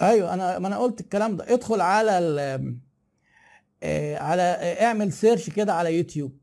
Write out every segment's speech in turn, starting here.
ايوه، ما انا قلت الكلام ده. ادخل على على اعمل سيرش كده على يوتيوب،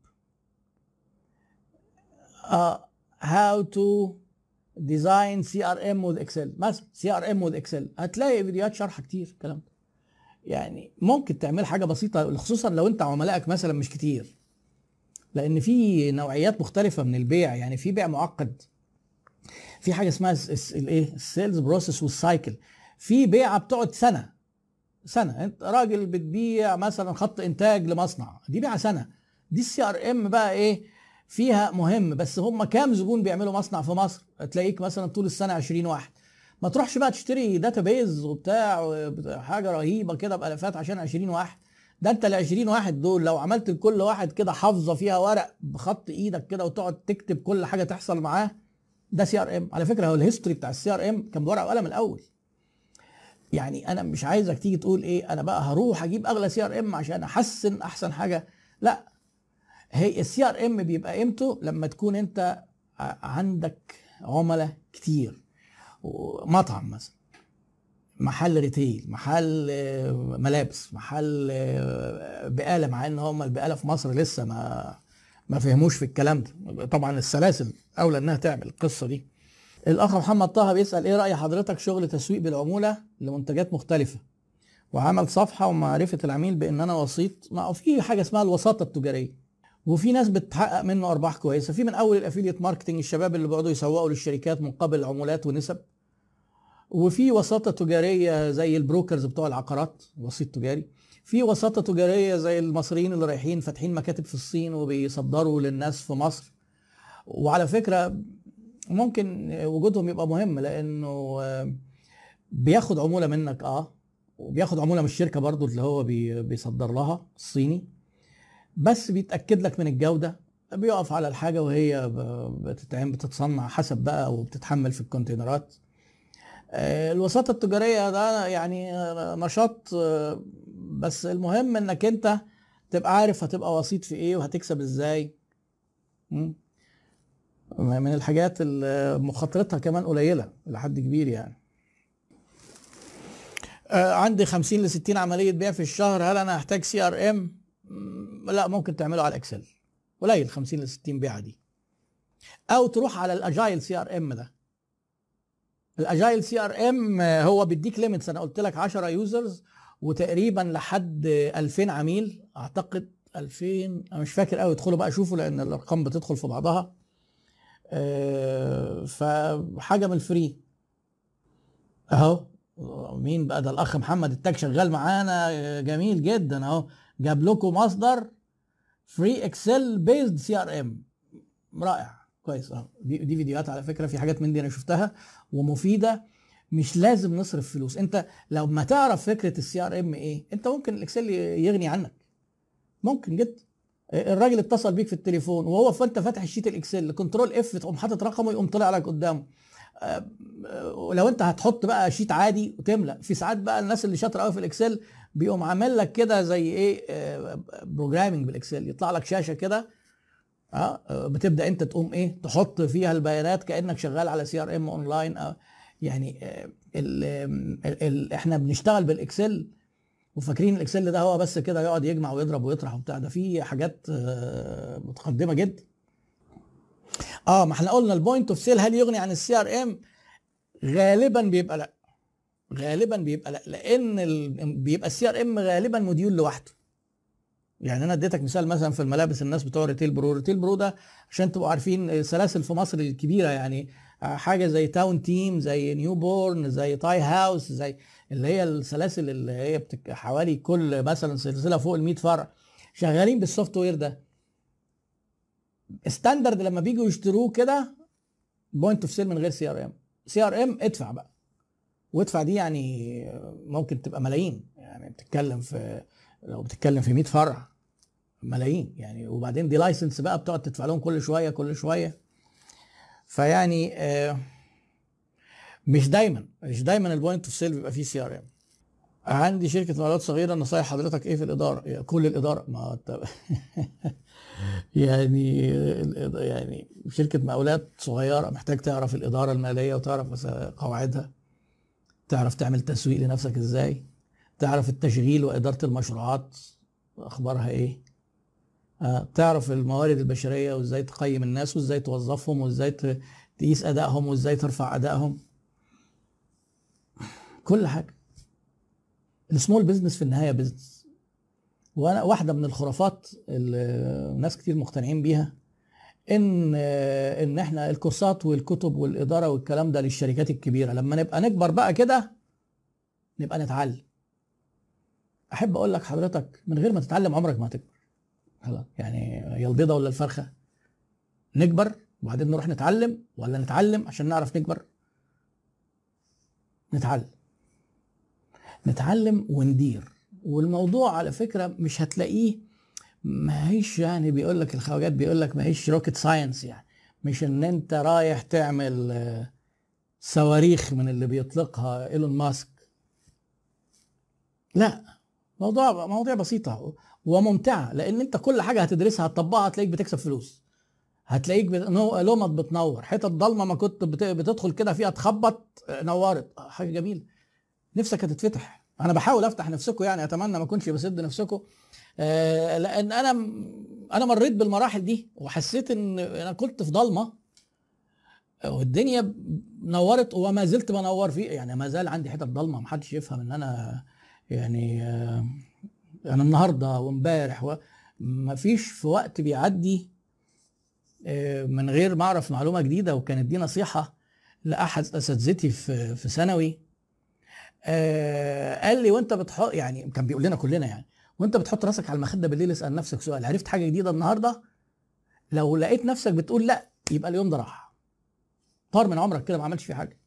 هاو تو ديزاين سي ار ام وذ اكسل مثلا، سي ار ام وذ اكسل، هتلاقي فيديوهات شرح كتير الكلام ده. يعني ممكن تعمل حاجه بسيطه، خصوصا لو انت عملائك مثلا مش كتير، لان في نوعيات مختلفه من البيع. يعني في بيع معقد، في حاجه اسمها الايه، السيلز بروسيس والسايكل. في بيعه بتقعد سنه، سنه. انت راجل بتبيع مثلا خط انتاج لمصنع، دي بيعه سنه. دي السي ار ام بقى ايه فيها مهم، بس هم كام زبون بيعملوا مصنع في مصر؟ تلاقيك مثلا طول السنه 20 واحد. ما تروحش بقى تشتري داتابيز وبتاع حاجه رهيبه كده بالافات عشان 20 واحد. ده انت ال 20 واحد دول لو عملت لكل واحد كده حافظه فيها ورق بخط ايدك كده، وتقعد تكتب كل حاجه تحصل معاه، ده سي ار ام. على فكره هو الهيستوري بتاع السي ار ام كان بورقه وقلم الاول. يعني انا مش عايزك تيجي تقول ايه انا بقى هروح اجيب اغلى سي ار ام عشان احسن احسن حاجه. لا، هي السي ار ام بيبقى قيمته لما تكون انت عندك عملاء كتير. مطعم مثلا، محل ريتيل، محل ملابس، محل بقاله، مع ان هم البقاله في مصر لسه ما فهموش في الكلام ده. طبعا السلاسل اولى انها تعمل القصه دي. الاخ محمد طه بيسال ايه راي حضرتك شغل تسويق بالعموله لمنتجات مختلفه، وعمل صفحه ومعرفه العميل بان انا وسيط. ما في حاجه اسمها الوساطه التجاريه، وفي ناس بتحقق منه ارباح كويسه. في من اول الافيليت ماركتنج، الشباب اللي بيقعدوا يسوقوا للشركات مقابل عمولات ونسب. وفي وساطه تجاريه زي البروكرز بتوع العقارات، وسيط تجاري. في وساطه تجاريه زي المصريين اللي رايحين فاتحين مكاتب في الصين وبيصدروا للناس في مصر. وعلى فكره ممكن وجودهم يبقى مهم، لانه بياخد عموله منك، وبياخد عموله من الشركه برضو اللي هو بيصدر لها الصيني، بس بيتاكد لك من الجوده. بيقف على الحاجه وهي بتتصنع حسب بقى وبتتحمل في الكونتينرات. الوساطه التجاريه ده يعني نشاط، بس المهم انك انت تبقى عارف هتبقى وسيط في ايه وهتكسب ازاي. من الحاجات اللي مخاطرتها كمان قليله لحد كبير يعني. عندي 50 ل 60 عمليه بيع في الشهر، هل انا هحتاج سي ار ام؟ لا، ممكن تعمله على الاكسل، قليل 50 ل 60 بيعه دي. او تروح على الاجايل سي ار ام ده. الاجايل سي ار ام هو بيديك ليميتس، انا قلت لك 10 يوزرز وتقريبا لحد 2000 عميل، اعتقد 2000، انا مش فاكر قوي، ادخلوا بقى شوفوا لان الارقام بتدخل في بعضها. فحاجه من الفري اهو. مين بقى ده؟ الاخ محمد التاج شغال معانا، جميل جدا اهو. جاب لكم مصدر فري اكسل بيزد سي ار ام، رائع كويس اهو. دي فيديوهات على فكره، في حاجات من دي انا شفتها ومفيده. مش لازم نصرف فلوس. انت لو ما تعرف فكره السي ار ام ايه، انت ممكن الاكسل يغني عنك، ممكن جدا. الراجل اتصل بيك في التليفون وهو فانت فاتح الشيت الاكسل، كنترول اف تقوم حاطط رقمه يقوم طلع لك قدامه. ولو انت هتحط بقى شيت عادي وتملى، في ساعات بقى الناس اللي شاطره قوي في الاكسل بيقوم عامل لك كده زي ايه، بروجرامنج بالاكسل، يطلع لك شاشه كده. بتبدا انت تقوم ايه تحط فيها البيانات كانك شغال على سي ار ام اونلاين. يعني احنا بنشتغل بالاكسل وفاكرين الاكسل ده هو بس كده يقعد يجمع ويضرب ويطرح وبتاع. ده في حاجات متقدمه جدا. ما احنا قلنا البوينت اوف سيل هل يغني عن السي ار ام؟ غالبا بيبقى لا، غالبا بيبقى لا، لان بيبقى السي ار ام غالبا موديول لوحده. يعني انا اديتك مثال مثلا في الملابس، الناس بتوع ريتيل برو. ريتيل برو ده عشان تبقوا عارفين سلاسل في مصر الكبيره، يعني حاجه زي تاون تيم، زي نيو بورن، زي تاي هاوس، زي اللي هي السلاسل اللي هي حوالي كل مثلا سلسله فوق ال 100 فرع شغالين بالسوفت وير ده. ستاندرد لما بيجوا يشتروه كده بوينت اوف سيل من غير سي ار ام. سي ار ام ادفع بقى، وادفع دي يعني ممكن تبقى ملايين. يعني بتتكلم في، لو بتتكلم في 100 فرع ملايين يعني. وبعدين دي لايسنس بقى بتقعد تدفع لهم كل شويه كل شويه. فيعني مش دايما البوينت اوف سيل بيبقى فيه سي ار ام. عندي شركه مقاولات صغيره، نصايح حضرتك ايه في الاداره؟ كل الاداره ما يعني شركه مقاولات صغيره محتاج تعرف الاداره الماليه وتعرف قواعدها. تعرف تعمل تسويق لنفسك ازاي، تعرف التشغيل واداره المشروعات اخبارها ايه، تعرف الموارد البشريه وازاي تقيم الناس وازاي توظفهم وازاي تقيس ادائهم وازاي ترفع ادائهم، كل حاجه. السمول بزنس في النهايه بزنس. وانا واحده من الخرافات اللي ناس كتير مقتنعين بيها ان احنا الكورسات والكتب والاداره والكلام ده للشركات الكبيره، لما نبقى نكبر بقى كده نبقى نتعلم. احب اقول لك حضرتك من غير ما تتعلم عمرك ما هتكبر. يعني يا البيضه ولا الفرخه؟ نكبر وبعدين نروح نتعلم، ولا نتعلم عشان نعرف نكبر؟ نتعلم وندير. والموضوع على فكره مش هتلاقيه، ما هيش يعني بيقول لك الخواجات بيقول لك ما هيش روكيت ساينس، يعني مش ان انت رايح تعمل صواريخ من اللي بيطلقها ايلون ماسك. لا، مواضيع بسيطه وممتعه، لان انت كل حاجه هتدرسها هتطبقها هتلاقيك بتكسب فلوس، هتلاقيك لمط بتنور، حتت ضلمه ما كنت بتدخل كده فيها تخبط نورت، حاجه جميله، نفسك هتتفتح. انا بحاول افتح نفسكم، يعني اتمنى ما اكونش بسد نفسكم، لان انا مريت بالمراحل دي وحسيت ان انا كنت في ضلمه والدنيا نورت وما زلت بنور فيه، يعني ما زال عندي حتت ضلمه، محدش يفهم ان انا يعني انا النهارده وامبارح ما فيش في وقت بيعدي من غير ما اعرف معلومه جديده. وكانت دي نصيحه لاحد اساتذتي في ثانوي، قال لي وانت بتحط، يعني كان بيقول لنا كلنا يعني، وانت بتحط راسك على المخده بالليل اسال نفسك سؤال: عرفت حاجه جديده النهارده؟ لو لقيت نفسك بتقول لا يبقى اليوم ده راح، طار من عمرك كده ما عملتش فيه حاجه.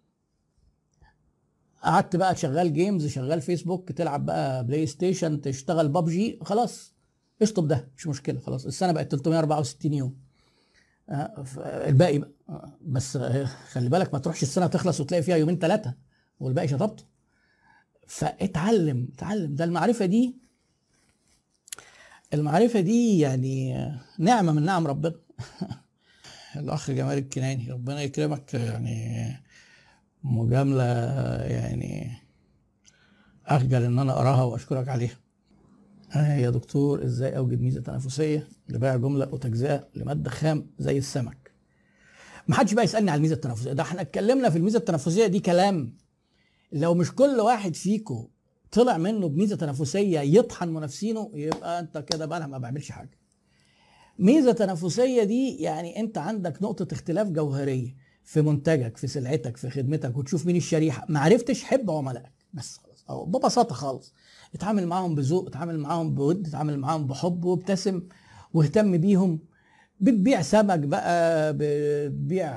قعدت بقى شغال جيمز، شغال فيسبوك، تلعب بقى بلاي ستيشن، تشتغل بابجي، خلاص اشطب ده مش مشكله، خلاص السنه بقت 364 يوم، الباقي بقى بس خلي بالك ما تروحش السنه تخلص وتلاقي فيها يومين ثلاثه والباقي شطبته. فاتعلم ده المعرفه دي يعني نعمه من نعم ربنا. الاخ جمال الكناني ربنا يكرمك، يعني مجامله يعني اخجل ان انا اراها واشكرك عليها. يا دكتور ازاي اوجد ميزه تنافسيه لبيع جمله وتجزئه لماده خام زي السمك؟ ما حدش بقى يسالني على الميزه التنافسيه، ده احنا اتكلمنا في الميزه التنافسيه دي كلام. لو مش كل واحد فيكم طلع منه بميزه تنافسيه يطحن منافسينه يبقى انت كده بقى ما بعملش حاجه. ميزه تنافسيه دي يعني انت عندك نقطه اختلاف جوهريه في منتجك في سلعتك في خدمتك، وتشوف مين الشريحه. ما عرفتش، حب عملائك بس خلاص، او ببساطه خالص اتعامل معاهم بذوق، اتعامل معاهم بود، اتعامل معاهم بحب وابتسم واهتم بيهم. بتبيع سمك بقى، بتبيع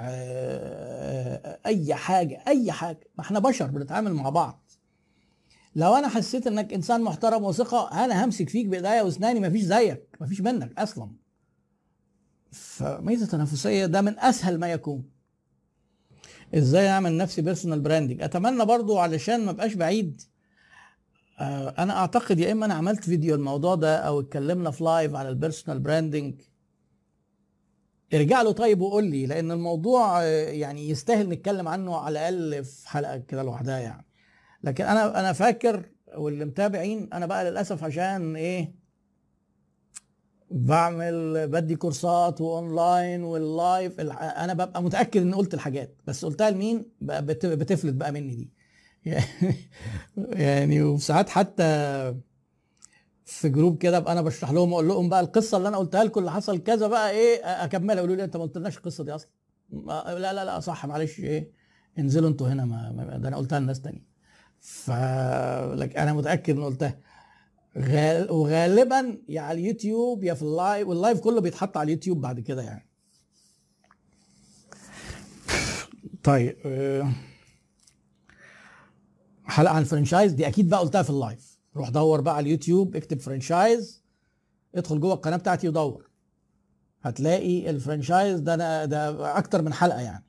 اي حاجه، ما احنا بشر بنتعامل مع بعض. لو انا حسيت انك انسان محترم وثقه انا همسك فيك بايديا واسناني، مفيش زيك مفيش منك اصلا. فميزه تنافسيه ده من اسهل ما يكون. ازاي اعمل نفسي بيرسونال براندنج؟ اتمنى برضو علشان ما بقاش بعيد، انا اعتقد يا اما انا عملت فيديو الموضوع ده او اتكلمنا في لايف على البيرسونال براندنج، ارجع له طيب وقول لي، لان الموضوع يعني يستاهل نتكلم عنه على الاقل في حلقه كده لوحدها يعني. لكن انا فاكر، واللي متابعين انا بقى للاسف عشان ايه بدي كورسات واونلاين واللايف، انا ببقى متاكد ان قلت الحاجات، بس قلتها لمين بقى بتفلت بقى مني دي. يعني وساعات حتى في جروب كده ابقى انا بشرح لهم واقول لهم بقى القصه اللي انا قلتها لكم اللي حصل كذا بقى ايه، اكملها يقولوا لي انت ما قلتلناش القصه دي اصلا. لا صح معلش، ايه انزلوا انتوا هنا، ده انا قلتها لناس تانية. لك انا متاكد ان قلتها، وغالبا يا على اليوتيوب يا في اللايف، واللايف كله بيتحط على اليوتيوب بعد كده يعني. طيب حلقه عن الفرنشايز دي اكيد بقى قلتها في اللايف، روح دور بقى على اليوتيوب اكتب فرنشايز، ادخل جوه القناه بتاعتي ودور هتلاقي الفرنشايز ده اكتر من حلقه يعني.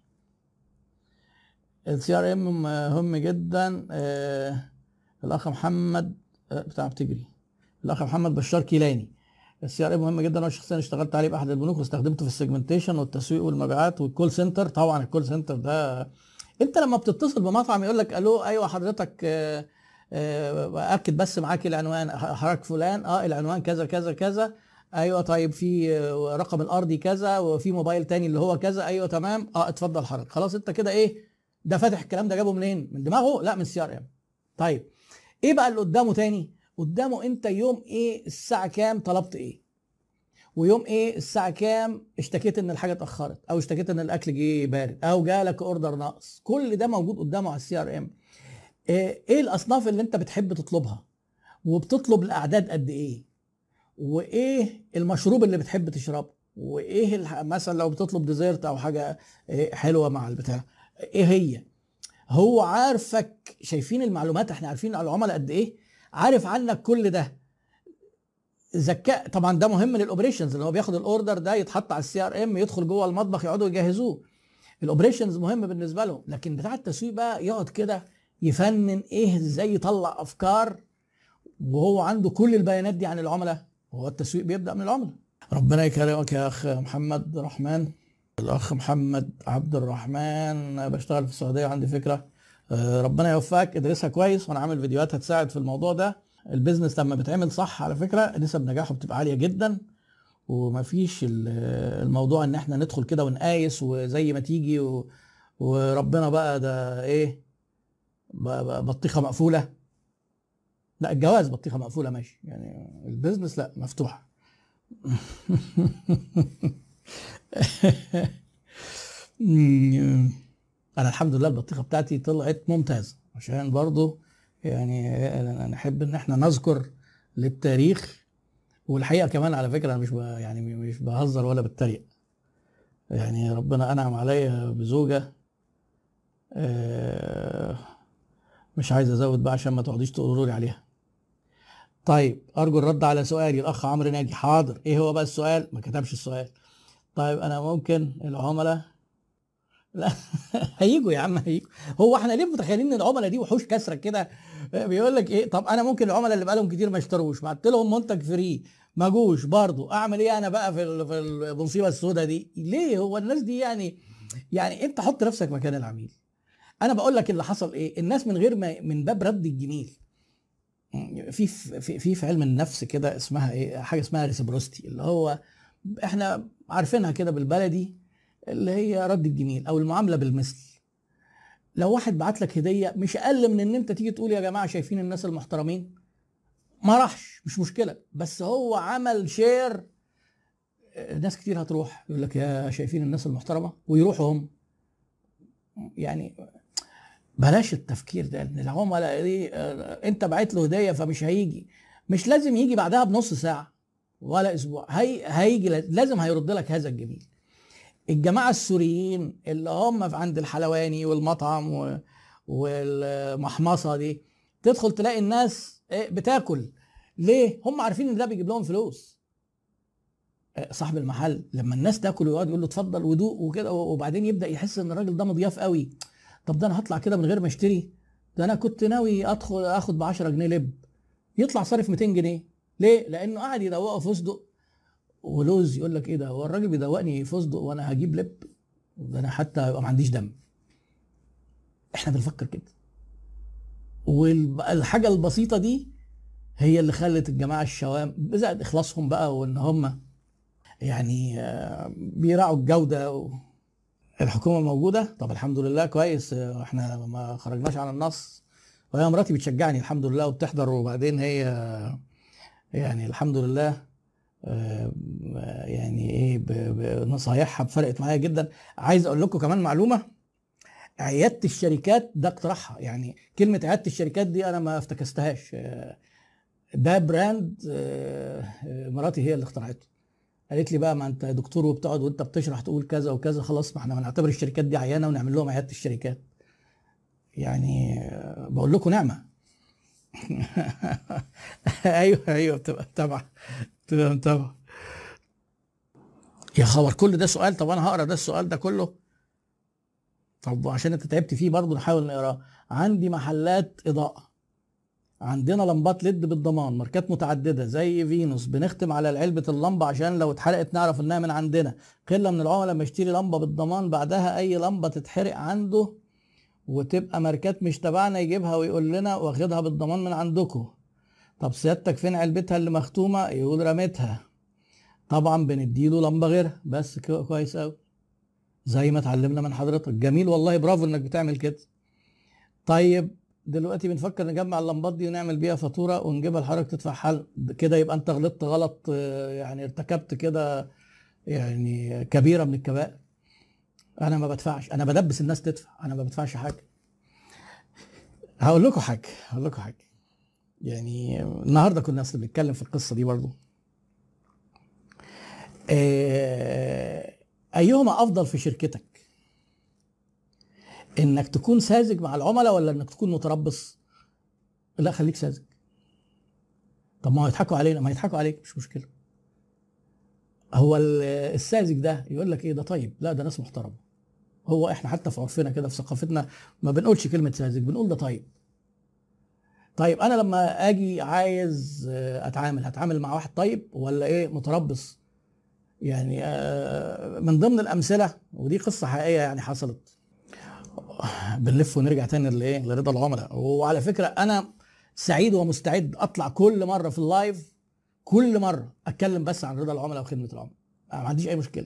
السي ار ام مهم جدا. الاخ محمد بتاع بتجري، الاخ محمد بشار كيلاني، السي ار ام مهم جدا، انا شخصيا اشتغلت عليه باحد البنوك واستخدمته في السيجمنتيشن والتسويق والمبيعات والكول سنتر. طبعا الكول سنتر ده انت لما بتتصل بمطعم يقول لك الو ايوه حضرتك اكد بس معاك العنوان حضرتك فلان العنوان كذا كذا كذا، ايوه طيب في رقم الارضي كذا وفي موبايل تاني اللي هو كذا، ايوه تمام اتفضل حضرتك. خلاص انت كده ايه، ده فاتح الكلام ده جابه منين؟ من دماغه؟ لا، من السي ار ام. طيب ايه بقى اللي قدامه تاني؟ قدامه انت يوم ايه الساعه كام طلبت ايه، ويوم ايه الساعه كام اشتكيت ان الحاجه اتاخرت، او اشتكيت ان الاكل جه بارد، او جالك اوردر ناقص. كل ده موجود قدامه على السي ار ام. ايه الاصناف اللي انت بتحب تطلبها، وبتطلب الاعداد قد ايه، وايه المشروب اللي بتحب تشربه، وايه مثلا لو بتطلب ديزرت او حاجه حلوه مع البتاع ايه هي. هو عارفك. شايفين المعلومات؟ احنا عارفين على العملاء قد ايه، عارف عنك كل ده. ذكاء طبعا، ده مهم للاوبريشنز اللي هو بياخد الاوردر ده يتحط على السي ار ام، يدخل جوه المطبخ يقعدوا يجهزوه. الاوبريشنز مهم بالنسبه لهم، لكن بتاع التسويق بقى يقعد كده يفنن ايه ازاي يطلع افكار وهو عنده كل البيانات دي عن العملاء. هو التسويق بيبدا من العملاء. ربنا يكرمك يا اخ محمد رحمن. الاخ محمد عبد الرحمن، بشتغل في السعوديه وعندي فكره. ربنا يوفقك، ادرسها كويس، وانا عامل فيديوهات هتساعد في الموضوع ده. البيزنس لما بيتعمل صح على فكره نسب نجاحه بتبقى عاليه جدا، ومفيش الموضوع ان احنا ندخل كده ونقايس وزي ما تيجي وربنا بقى ده ايه، بطيخه مقفوله. لا، الجواز بطيخه مقفوله ماشي، يعني البيزنس لا، مفتوحه. انا الحمد لله البطيخه بتاعتي طلعت ممتازه، عشان برضو يعني انا نحب ان احنا نذكر للتاريخ. والحقيقه كمان على فكره انا يعني مش بهزر ولا بتريق. يعني ربنا انعم عليا بزوجه، مش عايز ازود بقى عشان ما تقعديش تقولوا لي عليها. طيب ارجو الرد على سؤالي الاخ عمرو ناجي. حاضر. ايه هو بقى السؤال؟ ما كتبش السؤال. طيب انا ممكن العملاء لا هيجوا يا عم هيجوا. هو احنا ليه متخيلين ان العملاء دي وحوش كسره كده؟ بيقول لك ايه، طب انا ممكن العملاء اللي بقالهم كتير ما اشتروش، بعت لهم منتج فري ما جوش برضه، اعمل ايه انا بقى في المصيبه السوداء دي؟ ليه؟ هو الناس دي يعني انت حط نفسك مكان العميل. انا بقول لك اللي حصل ايه، الناس من غير ما من باب رد الجميل. في علم النفس كده اسمها ايه، حاجه اسمها ريسبروستي، اللي هو احنا عارفينها كده بالبلدي، اللي هي رد الجميل او المعامله بالمثل. لو واحد بعت لك هديه مش اقل من ان انت تيجي تقول يا جماعه شايفين الناس المحترمين، ما راحش مش مشكله، بس هو عمل شير، ناس كتير هتروح يقول لك يا شايفين الناس المحترمه ويروحوا هم. يعني بلاش التفكير ده ان العملاء دي انت بعت له هديه فمش هيجي. مش لازم يجي بعدها بنص ساعه ولا اسبوع، هيجي لازم هيرد لك هذا الجميل. الجماعه السوريين اللي هم عند الحلواني والمطعم والمحمصه دي، تدخل تلاقي الناس بتاكل. ليه؟ هم عارفين ان ده بيجيب لهم فلوس. صاحب المحل لما الناس تاكل ويقعد يقول له اتفضل ودوق وكده، وبعدين يبدا يحس ان الراجل ده مضياف قوي. طب ده انا هطلع كده من غير ما اشتري، ده انا كنت ناوي ادخل اخد ب 10 جنيه لب، يطلع صارف 200 جنيه. ليه؟ لانه قاعد يدوقه فستق ولوز. يقول لك ايه ده، هو الراجل بيدوقني فستق وانا هجيب لب؟ ده انا حتى يبقى ما عنديش دم. احنا بنفكر كده، والحاجه البسيطه دي هي اللي خلت الجماعه الشوام بزائد اخلاصهم بقى، وان هم يعني بيراعوا الجوده. الحكومه موجوده، طب الحمد لله كويس، احنا ما خرجناش عن النص. وهي مراتي بتشجعني الحمد لله وبتحضر، وبعدين هي يعني الحمد لله يعني ايه بنصايحها فرقت معايا جدا. عايز اقول لكم كمان معلومه، عياده الشركات ده اقتراحها. يعني كلمه عياده الشركات دي انا ما افتكستهاش، ده براند مراتي هي اللي اخترعته. قالت لي بقى ما انت دكتور وبتقعد وانت بتشرح تقول كذا وكذا، خلاص ما احنا بنعتبر الشركات دي عيانه ونعمل لهم عياده الشركات. يعني بقول لكم نعمه. ايوه ايوه بتبقى متابعه. يا خبر، كل ده سؤال؟ طب انا هقرا ده السؤال ده كله؟ طب عشان انت تعبت فيه برضه نحاول نقراه. عندي محلات اضاءه، عندنا لمبات ليد بالضمان، ماركات متعدده زي فينوس، بنختم على علبه اللمبه عشان لو اتحرقت نعرف انها من عندنا. قله من العملاء لما يشتري لمبه بالضمان بعدها اي لمبه تتحرق عنده وتبقى ماركات مش تبعنا يجيبها ويقول لنا واخدها بالضمان من عندكم. طب سيادتك فين علبتها اللي مختومه؟ يقول رميتها. طبعا بنديله لمبه غيرها. بس كويس قوي، زي ما اتعلمنا من حضرتك. جميل والله، برافو انك بتعمل كده. طيب دلوقتي بنفكر نجمع اللمبات دي ونعمل بيها فاتوره ونجيبها لحضرتك تدفع حل كده، يبقى انت غلطت غلط، يعني ارتكبت كده يعني كبيره من الكبائر. انا ما بدفعش، انا بدبس الناس تدفع، انا ما بدفعش حاجه. هقول لكم حاجه. يعني النهارده كنا اصلا بنتكلم في القصه دي برضو. ايهما افضل في شركتك؟ انك تكون ساذج مع العملاء ولا انك تكون متربص؟ لا خليك ساذج. طب ما هو يضحكوا علينا، ما يضحكوا عليك مش مشكله. هو الساذج ده يقول لك ايه ده طيب، لا ده ناس محترمه. هو احنا حتى في عرفنا كده في ثقافتنا ما بنقولش كلمه ساذج، بنقول ده طيب. طيب انا لما اجي عايز هتعامل مع واحد طيب ولا ايه متربص؟ يعني من ضمن الامثله، ودي قصه حقيقيه يعني حصلت. بنلف ونرجع تاني لايه، لرضا العملاء. وعلى فكره انا سعيد ومستعد اطلع كل مره في اللايف، كل مره اتكلم بس عن رضا العملاء وخدمه العملاء، ما عنديش اي مشكله.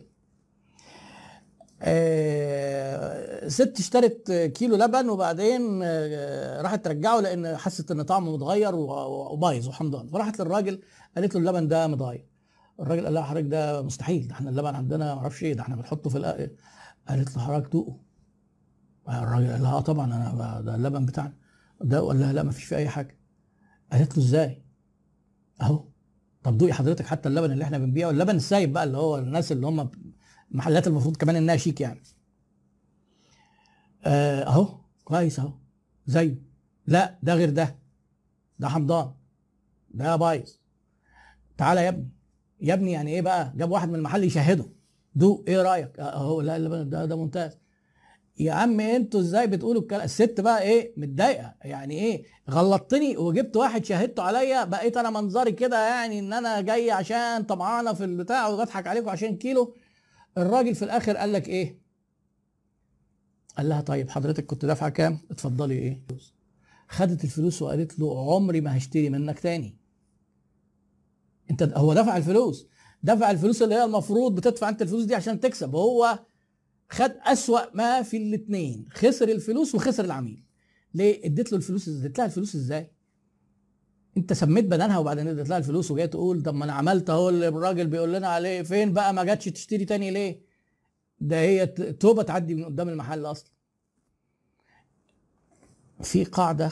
ست اشترت كيلو لبن وبعدين راحت ترجعه لان حست ان طعمه متغير وبايظ وحمضان، فراحت للراجل قالت له اللبن ده متغير. الراجل قال لها حضرتك ده مستحيل، ده احنا اللبن عندنا ما اعرفش ايه، ده احنا بنحطه في قالت له حضرتك دوقه. الراجل قال لها طبعا انا ده اللبن بتاعنا ده. قال لها لا ما فيش فيه اي حاجه. قالت له ازاي؟ اهو. طب دوقي حضرتك حتى اللبن اللي احنا بنبيعه، اللبن السايب بقى اللي هو الناس اللي هم محلات المفروض كمان انها شيك يعني. اهو كويس اهو زيه. لا ده غير ده، ده حمضان، ده بايظ. تعالى يا ابني. يا ابني يعني ايه بقى؟ جاب واحد من المحل يشهده. دوق ايه رايك؟ اهو لا اللبن ده ممتاز. يا عم انتوا ازاي بتقولوا الكلام؟ الست بقى ايه متضايقه، يعني ايه غلطتني وجبت واحد شهدته عليا، بقيت انا منظري كده يعني ان انا جاي عشان طمعانه في البتاع وبضحك عليكم عشان كيلو. الراجل في الاخر قال لك ايه؟ قال لها طيب حضرتك كنت دافعه كام؟ اتفضلي ايه. خدت الفلوس وقالت له عمري ما هشتري منك تاني. انت هو دفع الفلوس، دفع الفلوس اللي هي المفروض بتدفع انت الفلوس دي عشان تكسب. هو خد اسوأ ما في الاثنين، خسر الفلوس وخسر العميل. ليه؟ اديت له الفلوس، اديت لها الفلوس ازاي؟ انت سميت بدنها وبعدين اديت لها الفلوس وجاي تقول طب ما انا عملت اهو اللي الراجل بيقول لنا عليه، فين بقى ما جاتش تشتري تاني ليه؟ ده هي توبه تعدي من قدام المحل اصلا. في قاعده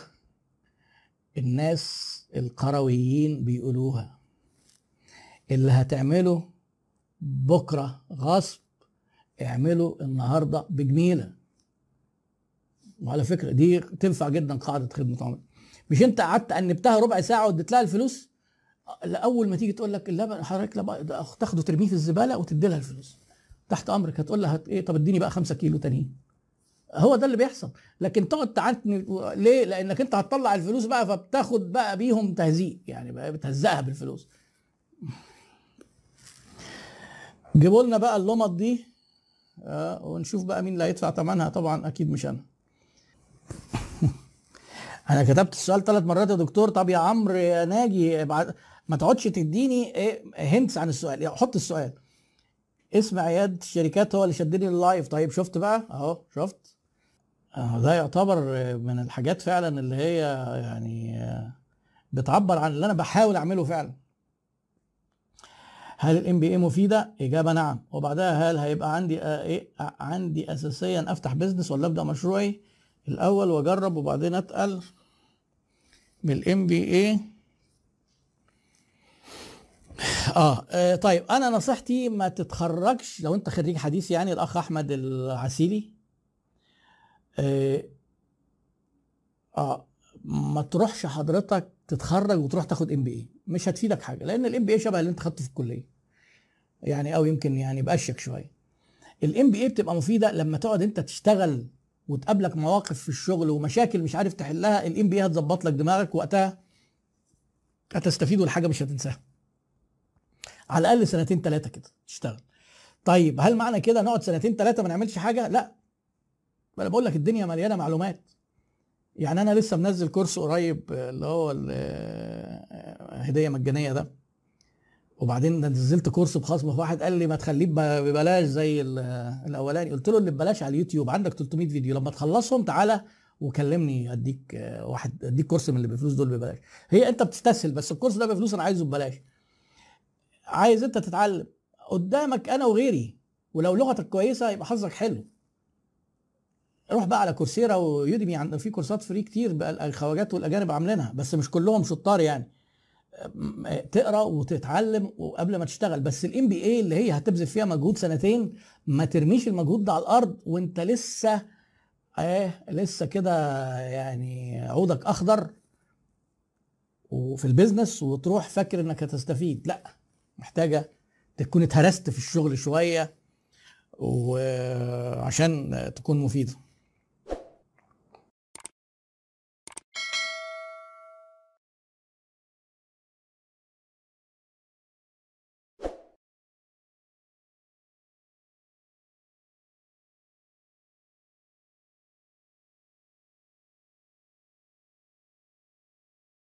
الناس القرويين بيقولوها: اللي هتعمله بكره غصب اعمله النهارده بجميله. وعلى فكره دي تنفع جدا قاعده خدمه عملاء. مش انت قعدت انبتها ربع ساعه واديت لها الفلوس، لاول ما تيجي تقول لك اللبن حضرتك تاخده ترميه في الزباله وتدي لها الفلوس تحت امرك، هتقول لها ايه؟ طب اديني بقى 5 كيلو تانيين. هو ده اللي بيحصل. لكن تقعد تعنتني ليه؟ لانك انت هتطلع الفلوس بقى فبتاخد بقى بيهم تهزيق، يعني بقى بتهزقها بالفلوس. جيبوا لنا بقى اللمط دي ونشوف بقى مين اللي هيدفع ثمنها. طبعا اكيد مش انا. انا كتبت السؤال 3 مرات يا دكتور. طب يا عمرو يا ناجي ما تقعدش تديني هنتس عن السؤال، يعني حط السؤال. اسم عيادة الشركات هو اللي شدني اللايف. طيب شفت بقى اهو، شفت ده يعتبر من الحاجات فعلا اللي هي يعني بتعبر عن اللي انا بحاول اعمله فعلا. هل الام بي اي مفيده؟ اجابه نعم. وبعدها هل هيبقى عندي عندي اساسيا افتح بزنس ولا ابدا مشروعي الاول واجرب وبعدين اتقل بالام بي اي؟ طيب انا نصيحتي ما تتخرجش لو انت خريج حديث، يعني الاخ احمد العسيلي. اه, ما تروحش حضرتك تتخرج وتروح تاخد ام بي اي، مش هتفيدك حاجه، لان الام بي اي شبه اللي انت خدته في الكليه يعني، او يمكن يعني بأشك شويه. الام بي اي بتبقى مفيده لما تقعد انت تشتغل وتقابلك مواقف في الشغل ومشاكل مش عارف تحلها، الام بي اي هتظبط لك دماغك وقتها هتستفيد والحاجه مش هتنساها. على الاقل 2 3 كده تشتغل. طيب هل معنى كده نقعد 2 3 ما نعملش حاجه؟ لا، انا بقول لك الدنيا مليانه معلومات. يعني انا لسه منزل كورس قريب اللي هو هديه مجانيه ده، وبعدين نزلت كورس بخصم، فواحد قال لي ما تخليه ببلاش زي الاولاني. قلت له اللي ببلاش على اليوتيوب عندك 300 فيديو، لما تخلصهم تعالى وكلمني اديك اديك كورس من اللي بفلوس دول ببلاش. هي انت بتستسهل، بس الكورس ده بفلوس انا عايزه ببلاش. عايز انت تتعلم، قدامك انا وغيري، ولو لغتك كويسه يبقى حظك حلو. روح بقى على كورسيرا ويوديمي، عند في كورسات فري كتير بقى الخواجات والاجانب عاملينها، بس مش كلهم شطار يعني. تقرا وتتعلم وقبل ما تشتغل. بس الام بي اي اللي هي هتبذل فيها مجهود سنتين، ما ترميش المجهود ده على الارض وانت لسه لسه كده يعني عودك اخضر وفي البيزنس، وتروح فاكر انك هتستفيد. لا، محتاجه تكون اتهرست في الشغل شويه وعشان تكون مفيده.